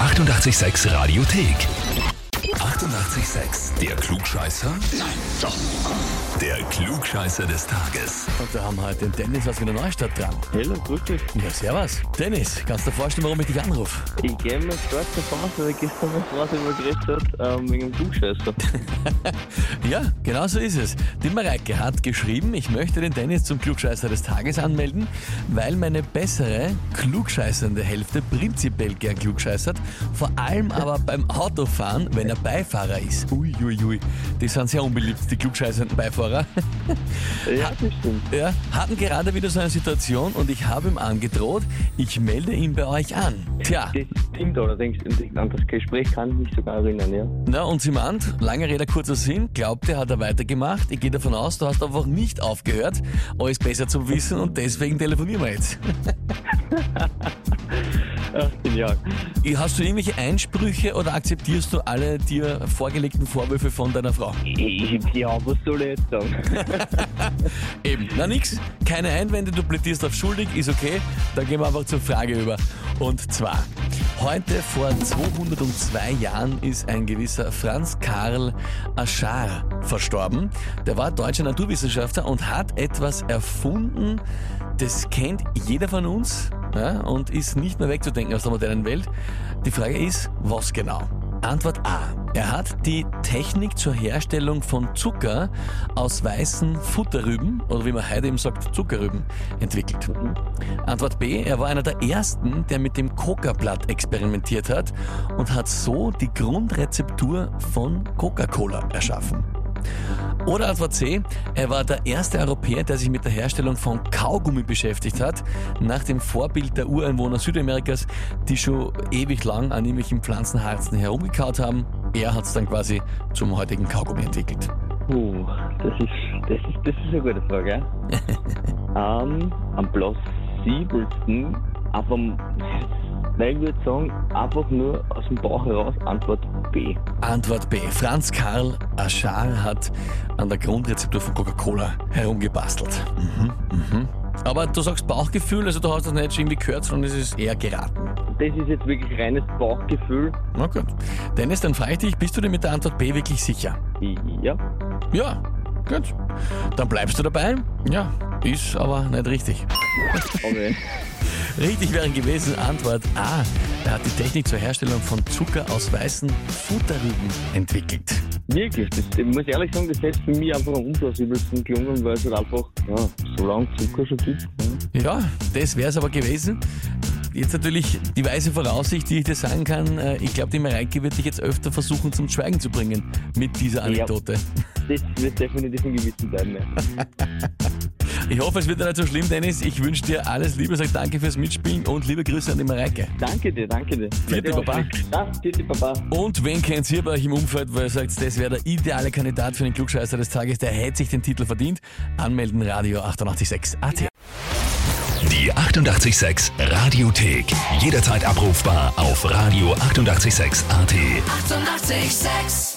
886 Radiothek. 88,6. Der Klugscheißer? Nein, doch. Der Klugscheißer des Tages. Und da haben wir heute den Dennis aus Wiener Neustadt dran. Hallo, grüß dich. Ja, servus. Dennis, kannst du dir vorstellen, warum ich dich anrufe? Ich gehe mir stark davon aus, weil gestern eine Frau darüber geredet hat, wegen dem Klugscheißer. Ja, genau so ist es. Die Mareike hat geschrieben, ich möchte den Dennis zum Klugscheißer des Tages anmelden, weil meine bessere, klugscheißernde Hälfte prinzipiell gern klugscheißert, vor allem aber beim Autofahren, wenn er Beifahrer ist. Uiuiui, die sind sehr unbeliebt, die klugscheißernden Beifahrer. Ja, das stimmt. Ja, hatten gerade wieder so eine Situation und ich habe ihm angedroht, ich melde ihn bei euch an. Tja, Das stimmt allerdings. An das Gespräch kann ich mich sogar erinnern, ja. na und sie meint, lange Rede, kurzer Sinn, glaubte, hat er weitergemacht. Ich gehe davon aus, du hast einfach nicht aufgehört, alles besser zu wissen und deswegen telefonieren wir jetzt. Ach, genial. Hast du irgendwelche Einsprüche oder akzeptierst du alle dir vorgelegten Vorwürfe von deiner Frau? Ja, was soll ich jetzt sagen? Eben, na nix, keine Einwände, du plädierst auf schuldig, ist okay, dann gehen wir einfach zur Frage über. Und zwar, heute vor 202 Jahren ist ein gewisser Franz Karl Aschar verstorben. Der war deutscher Naturwissenschaftler und hat etwas erfunden, das kennt jeder von uns, ja, und ist nicht mehr wegzudenken aus der modernen Welt. Die Frage ist, was genau? Antwort A. Er hat die Technik zur Herstellung von Zucker aus weißen Futterrüben, oder wie man heute eben sagt, Zuckerrüben, entwickelt. Antwort B. Er war einer der ersten, der mit dem Coca-Blatt experimentiert hat und hat so die Grundrezeptur von Coca-Cola erschaffen. Oder Antwort C, er war der erste Europäer, der sich mit der Herstellung von Kaugummi beschäftigt hat, nach dem Vorbild der Ureinwohner Südamerikas, die schon ewig lang an irgendwelchen Pflanzenharzen herumgekaut haben. Er hat es dann quasi zum heutigen Kaugummi entwickelt. Das ist eine gute Frage. Am plausibelsten, aber weil ich würde sagen, einfach nur aus dem Bauch heraus, Antwort B. Antwort B. Franz Karl Aschar hat an der Grundrezeptur von Coca-Cola herumgebastelt. Aber du sagst Bauchgefühl, also du hast das nicht irgendwie gehört, sondern es ist eher geraten. Das ist jetzt wirklich reines Bauchgefühl. Na gut. Dennis, dann frage ich dich, bist du dir mit der Antwort B wirklich sicher? Ja. Ja, gut. Dann bleibst du dabei? Ja, ist aber nicht richtig. Okay. Richtig wäre gewesen Antwort A. Er hat die Technik zur Herstellung von Zucker aus weißen Futterrüben entwickelt. Wirklich, ich muss ehrlich sagen, das hätte für mich einfach am unplausibelsten gelungen, weil es halt einfach, so lange Zucker schon gibt. Ja, das wäre es aber gewesen. Jetzt natürlich die weise Voraussicht, die ich dir sagen kann, ich glaube, die Mareike wird dich jetzt öfter versuchen zum Schweigen zu bringen mit dieser Anekdote. Ja, das wird definitiv ein Gewissen bleiben. Ja. Ich hoffe, es wird nicht so schlimm, Dennis. Ich wünsche dir alles Liebe, sag danke fürs Mitspielen und liebe Grüße an die Mareike. Danke dir. Vierte Papa. Ja, vierte Papa. Und wen kennt ihr bei euch im Umfeld, weil ihr sagt, das wäre der ideale Kandidat für den Klugscheißer des Tages, der hätte sich den Titel verdient? Anmelden, Radio 886 AT. Die 88,6 Radiothek. Jederzeit abrufbar auf Radio 88,6 AT. 88,6.